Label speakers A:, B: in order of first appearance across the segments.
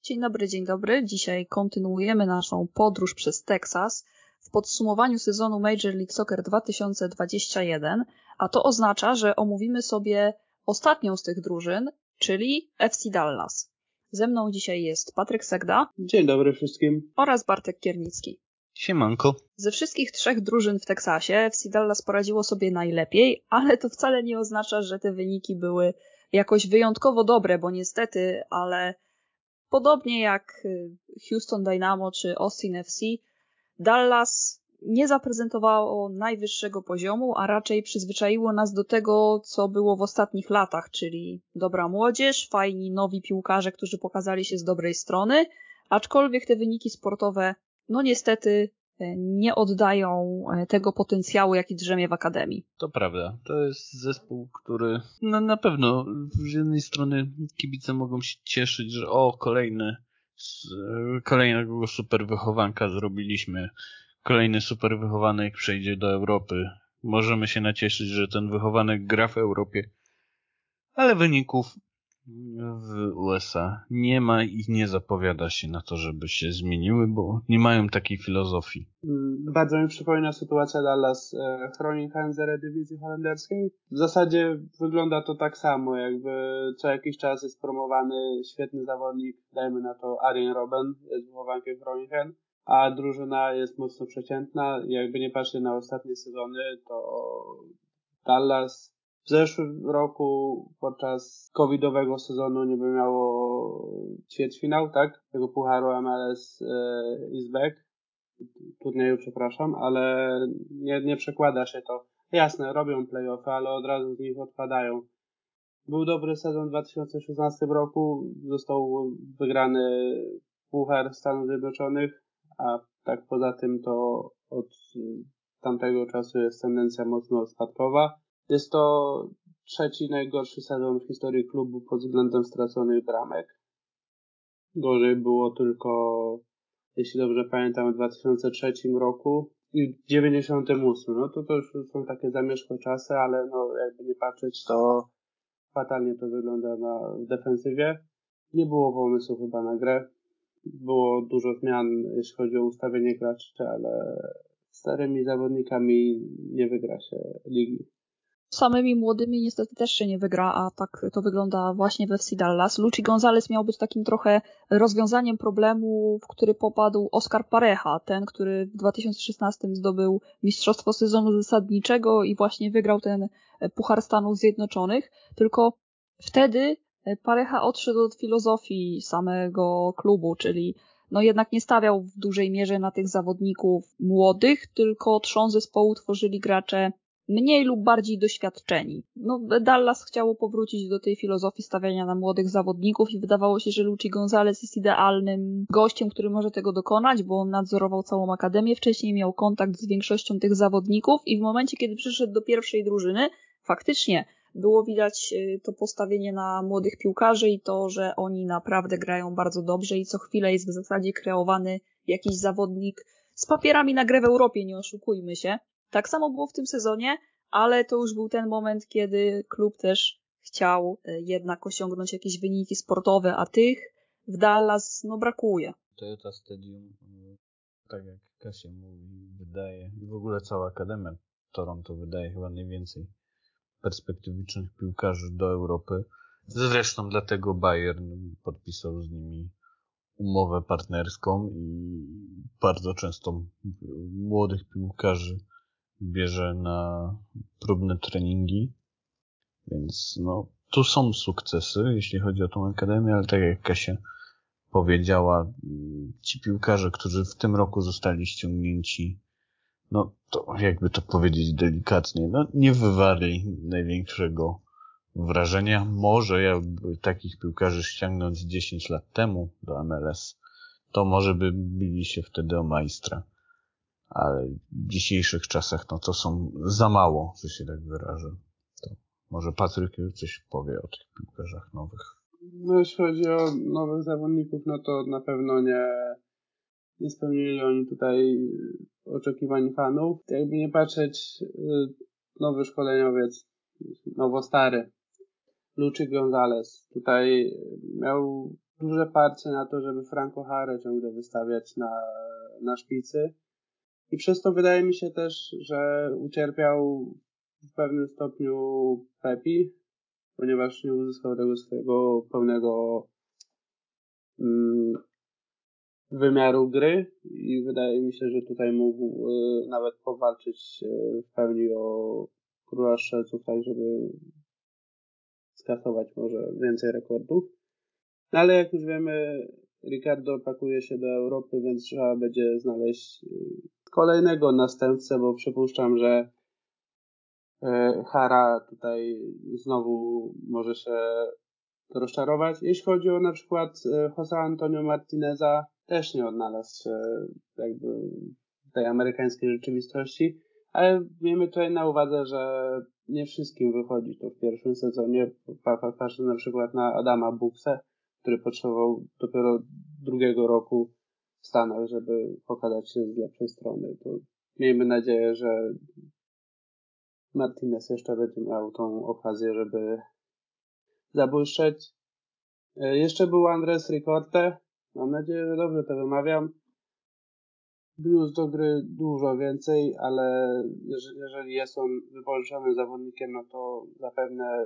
A: Dzień dobry. Dzisiaj kontynuujemy naszą podróż przez Teksas w podsumowaniu sezonu Major League Soccer 2021, a to oznacza, że omówimy sobie ostatnią z tych drużyn, czyli FC Dallas. Ze mną dzisiaj jest Patryk Segda.
B: Dzień dobry wszystkim.
A: Oraz Bartek Kiernicki.
C: Siemanko.
A: Ze wszystkich trzech drużyn w Teksasie FC Dallas poradziło sobie najlepiej, ale to wcale nie oznacza, że te wyniki były jakoś wyjątkowo dobre, bo niestety, ale podobnie jak Houston Dynamo czy Austin FC, Dallas nie zaprezentowało najwyższego poziomu, a raczej przyzwyczaiło nas do tego, co było w ostatnich latach, czyli dobra młodzież, fajni nowi piłkarze, którzy pokazali się z dobrej strony, aczkolwiek te wyniki sportowe, no niestety nie oddają tego potencjału, jaki drzemie w akademii.
C: To prawda. To jest zespół, który na pewno z jednej strony kibice mogą się cieszyć, że kolejnego super wychowanka zrobiliśmy. Kolejny super wychowanek przejdzie do Europy. Możemy się nacieszyć, że ten wychowanek gra w Europie, ale wyników w USA nie ma i nie zapowiada się na to, żeby się zmieniły, bo nie mają takiej filozofii.
B: Bardzo mi przypomina sytuacja Dallas Groningen z Eredivisie holenderskiej. W zasadzie wygląda to tak samo, jakby co jakiś czas jest promowany świetny zawodnik, dajmy na to Arjen Robben, jest wychowankiem Groningen, a drużyna jest mocno przeciętna. Jakby nie patrzeć na ostatnie sezony, to Dallas w zeszłym roku podczas covidowego sezonu niby miało ćwierćfinał, tak? Tego pucharu MLS is back, turnieju, przepraszam, ale nie przekłada się to. Jasne, robią play-offy, ale od razu z nich odpadają. Był dobry sezon w 2016 roku, został wygrany Puchar Stanów Zjednoczonych, a tak poza tym to od tamtego czasu jest tendencja mocno spadkowa. Jest to trzeci najgorszy sezon w historii klubu pod względem straconych bramek. Gorzej było tylko, jeśli dobrze pamiętam, w 2003 roku i w 98. No to już są takie zamierzchłe czasy, ale no jakby nie patrzeć, to fatalnie to wygląda w defensywie. Nie było pomysłu chyba na grę. Było dużo zmian, jeśli chodzi o ustawienie graczy, ale starymi zawodnikami nie wygra się ligi.
A: Samymi młodymi niestety też się nie wygra, a tak to wygląda właśnie we FC Dallas. Luchi Gonzalez miał być takim trochę rozwiązaniem problemu, w który popadł Oscar Pareja, ten, który w 2016 zdobył mistrzostwo sezonu zasadniczego i właśnie wygrał ten Puchar Stanów Zjednoczonych. Tylko wtedy Pareja odszedł od filozofii samego klubu, czyli no jednak nie stawiał w dużej mierze na tych zawodników młodych, tylko trzon zespołu tworzyli gracze mniej lub bardziej doświadczeni. No, Dallas chciało powrócić do tej filozofii stawiania na młodych zawodników i wydawało się, że Luchi Gonzalez jest idealnym gościem, który może tego dokonać, bo on nadzorował całą akademię, wcześniej miał kontakt z większością tych zawodników i w momencie, kiedy przyszedł do pierwszej drużyny, faktycznie było widać to postawienie na młodych piłkarzy i to, że oni naprawdę grają bardzo dobrze i co chwilę jest w zasadzie kreowany jakiś zawodnik z papierami na grę w Europie, nie oszukujmy się. Tak samo było w tym sezonie, ale to już był ten moment, kiedy klub też chciał jednak osiągnąć jakieś wyniki sportowe, a tych w Dallas brakuje.
C: Toyota Stadium, tak jak Kasia mówi, wydaje, i w ogóle cała Akademia Toronto wydaje chyba najwięcej perspektywicznych piłkarzy do Europy. Zresztą dlatego Bayern podpisał z nimi umowę partnerską i bardzo często młodych piłkarzy bierze na próbne treningi, więc no tu są sukcesy, jeśli chodzi o tą akademię, ale tak jak Kasia powiedziała, ci piłkarze, którzy w tym roku zostali ściągnięci, no to jakby to powiedzieć delikatnie, no nie wywarli największego wrażenia. Może jakby takich piłkarzy ściągnąć 10 lat temu do MLS, to może by bili się wtedy o majstra. Ale w dzisiejszych czasach no to są za mało, że się tak wyrażę. To może Patryk już coś powie o tych piłkarzach nowych.
B: No jeśli chodzi o nowych zawodników, no to na pewno nie spełnili oni tutaj oczekiwań fanów. Jakby nie patrzeć, nowy szkoleniowiec, nowo-stary, Luchi Gonzalez, tutaj miał duże parcie na to, żeby Franco Harę ciągle wystawiać na szpicy. I przez to wydaje mi się też, że ucierpiał w pewnym stopniu Pepi, ponieważ nie uzyskał tego swojego pełnego wymiaru gry i wydaje mi się, że tutaj mógł nawet powalczyć w pełni o króla strzelców, tak żeby skasować może więcej rekordów. No ale jak już wiemy, Ricardo pakuje się do Europy, więc trzeba będzie znaleźć kolejnego następcę, bo przypuszczam, że Hara tutaj znowu może się rozczarować. Jeśli chodzi o na przykład Jose Antonio Martineza, też nie odnalazł się jakby w tej amerykańskiej rzeczywistości, ale miejmy tutaj na uwadze, że nie wszystkim wychodzi to w pierwszym sezonie. Patrzę na przykład na Adama Buksę, który potrzebował dopiero drugiego roku w Stanach, żeby pokazać się z lepszej strony. To miejmy nadzieję, że Martinez jeszcze będzie miał tą okazję, żeby zabłyszczeć. Jeszcze był Andres Ricorte. Mam nadzieję, że dobrze to wymawiam. Wniósł do gry dużo więcej, ale jeżeli jest on wypożyczonym zawodnikiem, no to zapewne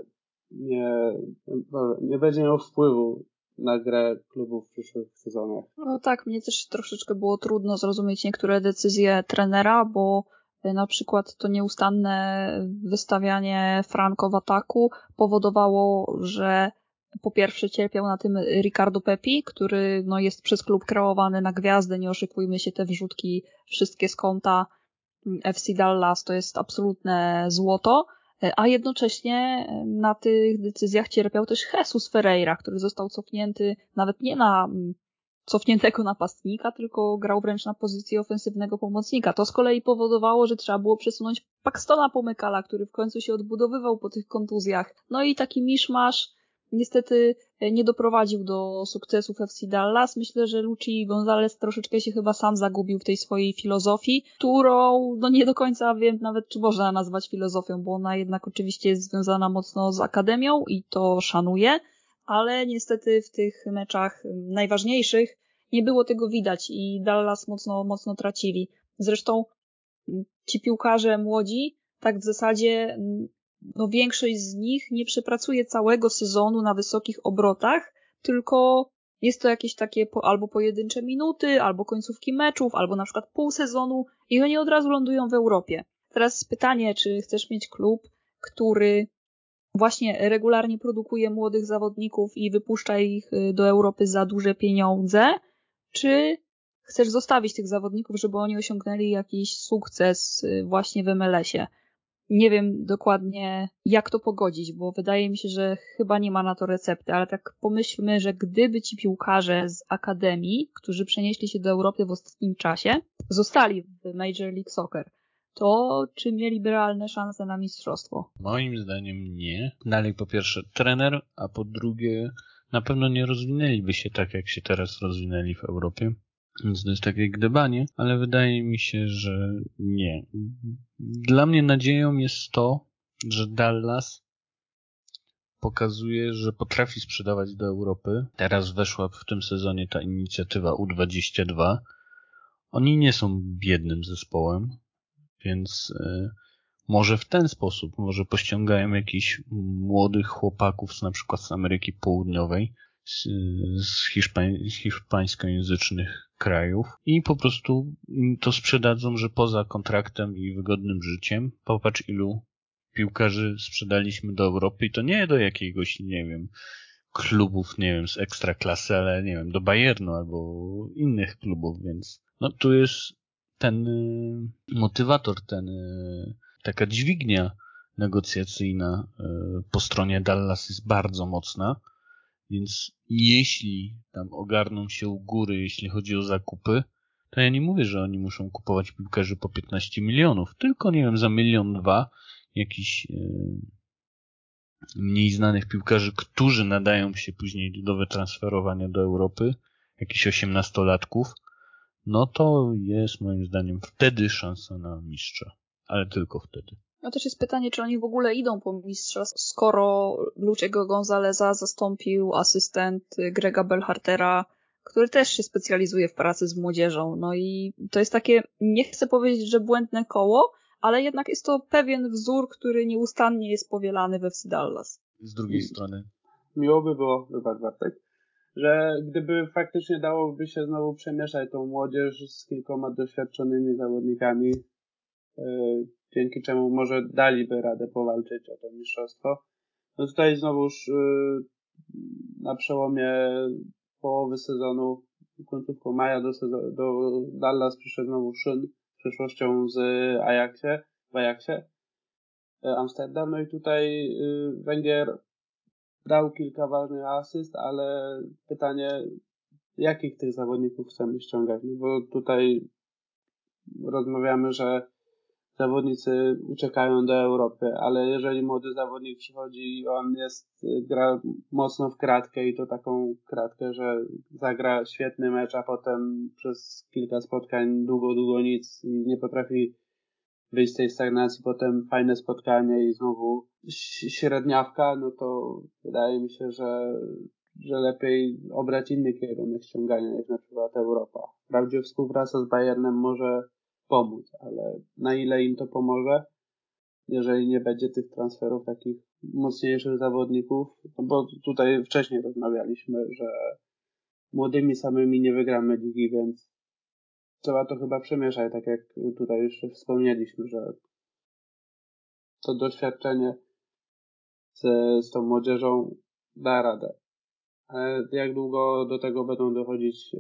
B: nie będzie miał wpływu na grę klubu w przyszłych sezonach.
A: No tak, mnie też troszeczkę było trudno zrozumieć niektóre decyzje trenera, bo na przykład to nieustanne wystawianie Franco w ataku powodowało, że po pierwsze cierpiał na tym Ricardo Pepi, który no, jest przez klub kreowany na gwiazdę, nie oszukujmy się, te wrzutki wszystkie z kąta FC Dallas to jest absolutne złoto, a jednocześnie na tych decyzjach cierpiał też Jesus Ferreira, który został cofnięty nawet nie na cofniętego napastnika, tylko grał wręcz na pozycji ofensywnego pomocnika. To z kolei powodowało, że trzeba było przesunąć Paxtona Pomykala, który w końcu się odbudowywał po tych kontuzjach. No i taki miszmasz niestety nie doprowadził do sukcesów FC Dallas. Myślę, że Luchi González troszeczkę się chyba sam zagubił w tej swojej filozofii, którą no nie do końca wiem nawet, czy można nazwać filozofią, bo ona jednak oczywiście jest związana mocno z akademią i to szanuję, ale niestety w tych meczach najważniejszych nie było tego widać i Dallas mocno tracili. Zresztą ci piłkarze młodzi, tak w zasadzie no większość z nich nie przepracuje całego sezonu na wysokich obrotach, tylko jest to jakieś takie albo pojedyncze minuty, albo końcówki meczów, albo na przykład pół sezonu i oni od razu lądują w Europie. Teraz pytanie, czy chcesz mieć klub, który właśnie regularnie produkuje młodych zawodników i wypuszcza ich do Europy za duże pieniądze, czy chcesz zostawić tych zawodników, żeby oni osiągnęli jakiś sukces właśnie w MLS-ie? Nie wiem dokładnie, jak to pogodzić, bo wydaje mi się, że chyba nie ma na to recepty, ale tak pomyślmy, że gdyby ci piłkarze z akademii, którzy przenieśli się do Europy w ostatnim czasie, zostali w Major League Soccer, to czy mieliby realne szanse na mistrzostwo?
C: Moim zdaniem nie. Dalej po pierwsze trener, a po drugie na pewno nie rozwinęliby się tak, jak się teraz rozwinęli w Europie. Więc to jest takie gdybanie, ale wydaje mi się, że nie. Dla mnie nadzieją jest to, że Dallas pokazuje, że potrafi sprzedawać do Europy. Teraz weszła w tym sezonie ta inicjatywa U22. Oni nie są biednym zespołem, więc może w ten sposób, może pościągają jakichś młodych chłopaków na przykład z Ameryki Południowej, z hiszpańskojęzycznych krajów i po prostu to sprzedadzą, że poza kontraktem i wygodnym życiem, popatrz ilu piłkarzy sprzedaliśmy do Europy i to nie do jakiegoś, nie wiem, klubów, nie wiem, z ekstraklasy, ale nie wiem, do Bayernu albo innych klubów, więc no tu jest ten motywator, taka dźwignia negocjacyjna po stronie Dallas jest bardzo mocna. Więc jeśli tam ogarną się u góry, jeśli chodzi o zakupy, to ja nie mówię, że oni muszą kupować piłkarzy po 15 milionów, tylko nie wiem, za 1-2 miliony jakichś mniej znanych piłkarzy, którzy nadają się później do wytransferowania do Europy, jakichś 18-latków, no to jest moim zdaniem wtedy szansa na mistrza, ale tylko wtedy.
A: No też jest pytanie, czy oni w ogóle idą po mistrzostw, skoro Luciego Gonzaleza zastąpił asystent Grega Belhartera, który też się specjalizuje w pracy z młodzieżą. No i to jest takie, nie chcę powiedzieć, że błędne koło, ale jednak jest to pewien wzór, który nieustannie jest powielany we FC Dallas.
C: Z drugiej strony.
B: Miło by było, wybacz Bartek, że gdyby faktycznie dałoby się znowu przemieszać tą młodzież z kilkoma doświadczonymi zawodnikami, dzięki czemu może daliby radę powalczyć o to mistrzostwo. No tutaj znowuż na przełomie połowy sezonu, końcówką maja do Dallas przyszedł znowu Szyn, przyszłością z w Ajaxie Amsterdam. No i tutaj Węgier dał kilka ważnych asyst, ale pytanie, jakich tych zawodników chcemy ściągać? No bo tutaj rozmawiamy, że zawodnicy uciekają do Europy, ale jeżeli młody zawodnik przychodzi i on gra mocno w kratkę i to taką kratkę, że zagra świetny mecz, a potem przez kilka spotkań długo nic i nie potrafi wyjść z tej stagnacji, potem fajne spotkanie i znowu średniawka, no to wydaje mi się, że lepiej obrać inny kierunek ściągania niż na przykład Europa. Wprawdzie współpraca z Bayernem może pomóc, ale na ile im to pomoże, jeżeli nie będzie tych transferów takich mocniejszych zawodników, no bo tutaj wcześniej rozmawialiśmy, że młodymi samymi nie wygramy ligi, więc trzeba to chyba przemieszać, tak jak tutaj już wspomnieliśmy, że to doświadczenie z tą młodzieżą da radę. Ale jak długo do tego będą dochodzić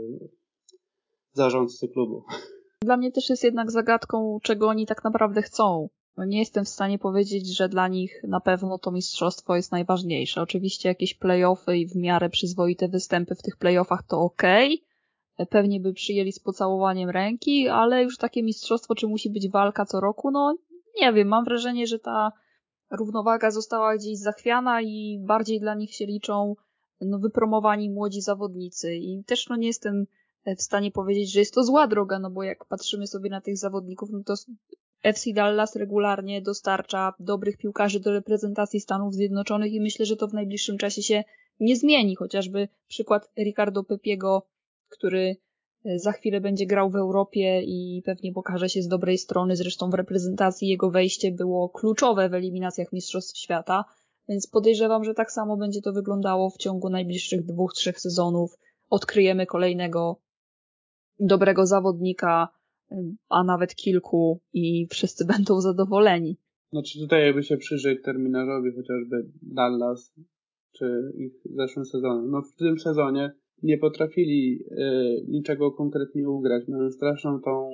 B: zarządcy klubu?
A: Dla mnie też jest jednak zagadką, czego oni tak naprawdę chcą. Nie jestem w stanie powiedzieć, że dla nich na pewno to mistrzostwo jest najważniejsze. Oczywiście jakieś play-offy i w miarę przyzwoite występy w tych play-offach to okej. Pewnie by przyjęli z pocałowaniem ręki, ale już takie mistrzostwo, czy musi być walka co roku, no nie wiem. Mam wrażenie, że ta równowaga została gdzieś zachwiana i bardziej dla nich się liczą wypromowani młodzi zawodnicy. I też nie jestem w stanie powiedzieć, że jest to zła droga, no bo jak patrzymy sobie na tych zawodników, no to FC Dallas regularnie dostarcza dobrych piłkarzy do reprezentacji Stanów Zjednoczonych i myślę, że to w najbliższym czasie się nie zmieni. Chociażby przykład Ricardo Pepiego, który za chwilę będzie grał w Europie i pewnie pokaże się z dobrej strony. Zresztą w reprezentacji jego wejście było kluczowe w eliminacjach Mistrzostw Świata, więc podejrzewam, że tak samo będzie to wyglądało w ciągu najbliższych 2-3 sezonów. Odkryjemy kolejnego dobrego zawodnika, a nawet kilku i wszyscy będą zadowoleni.
B: Znaczy tutaj jakby się przyjrzeć terminarzowi chociażby Dallas czy ich zeszłym sezonem. No w tym sezonie nie potrafili niczego konkretnie ugrać. Mają straszną tą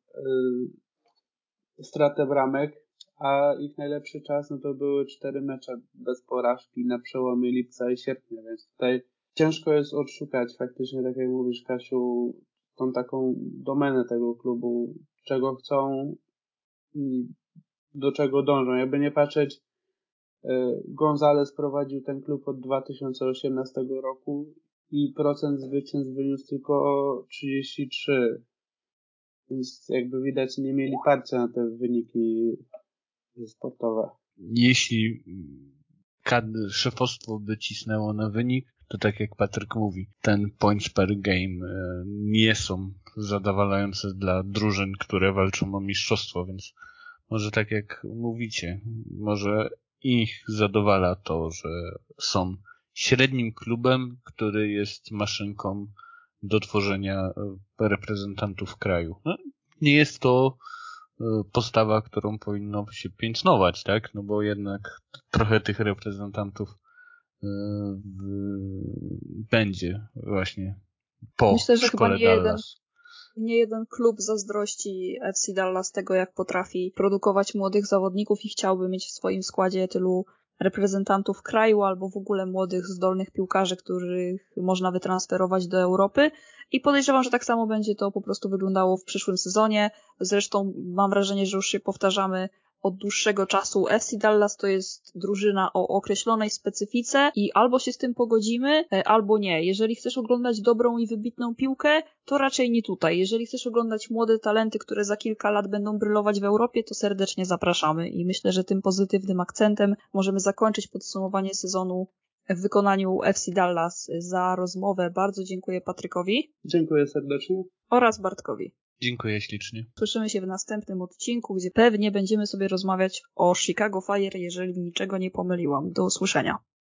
B: stratę bramek, a ich najlepszy czas no to były 4 mecze bez porażki na przełomie lipca i sierpnia, więc tutaj ciężko jest odszukać faktycznie, tak jak mówisz Kasiu, tą taką domenę tego klubu, czego chcą i do czego dążą. Jakby nie patrzeć, Gonzalez prowadził ten klub od 2018 roku i procent zwycięstw wyniósł tylko 33. Więc jakby widać, nie mieli parcia na te wyniki sportowe.
C: Jeśli szefostwo by cisnęło na wynik, to tak jak Patryk mówi, ten points per game nie są zadowalające dla drużyn, które walczą o mistrzostwo, więc może tak jak mówicie, może ich zadowala to, że są średnim klubem, który jest maszynką do tworzenia reprezentantów kraju. No, nie jest to postawa, którą powinno się piętnować, tak? No bo jednak trochę tych reprezentantów będzie właśnie po
A: Myślę, że
C: szkole
A: chyba
C: Dallas.
A: Nie jeden klub zazdrości FC Dallas tego, jak potrafi produkować młodych zawodników i chciałby mieć w swoim składzie tylu reprezentantów kraju albo w ogóle młodych, zdolnych piłkarzy, których można wytransferować do Europy. I podejrzewam, że tak samo będzie to po prostu wyglądało w przyszłym sezonie. Zresztą mam wrażenie, że już się powtarzamy od dłuższego czasu. FC Dallas to jest drużyna o określonej specyfice i albo się z tym pogodzimy, albo nie. Jeżeli chcesz oglądać dobrą i wybitną piłkę, to raczej nie tutaj. Jeżeli chcesz oglądać młode talenty, które za kilka lat będą brylować w Europie, to serdecznie zapraszamy. I myślę, że tym pozytywnym akcentem możemy zakończyć podsumowanie sezonu w wykonaniu FC Dallas. Za rozmowę bardzo dziękuję Patrykowi.
B: Dziękuję serdecznie.
A: Oraz Bartkowi.
C: Dziękuję ślicznie.
A: Słyszymy się w następnym odcinku, gdzie pewnie będziemy sobie rozmawiać o Chicago Fire, jeżeli niczego nie pomyliłam. Do usłyszenia.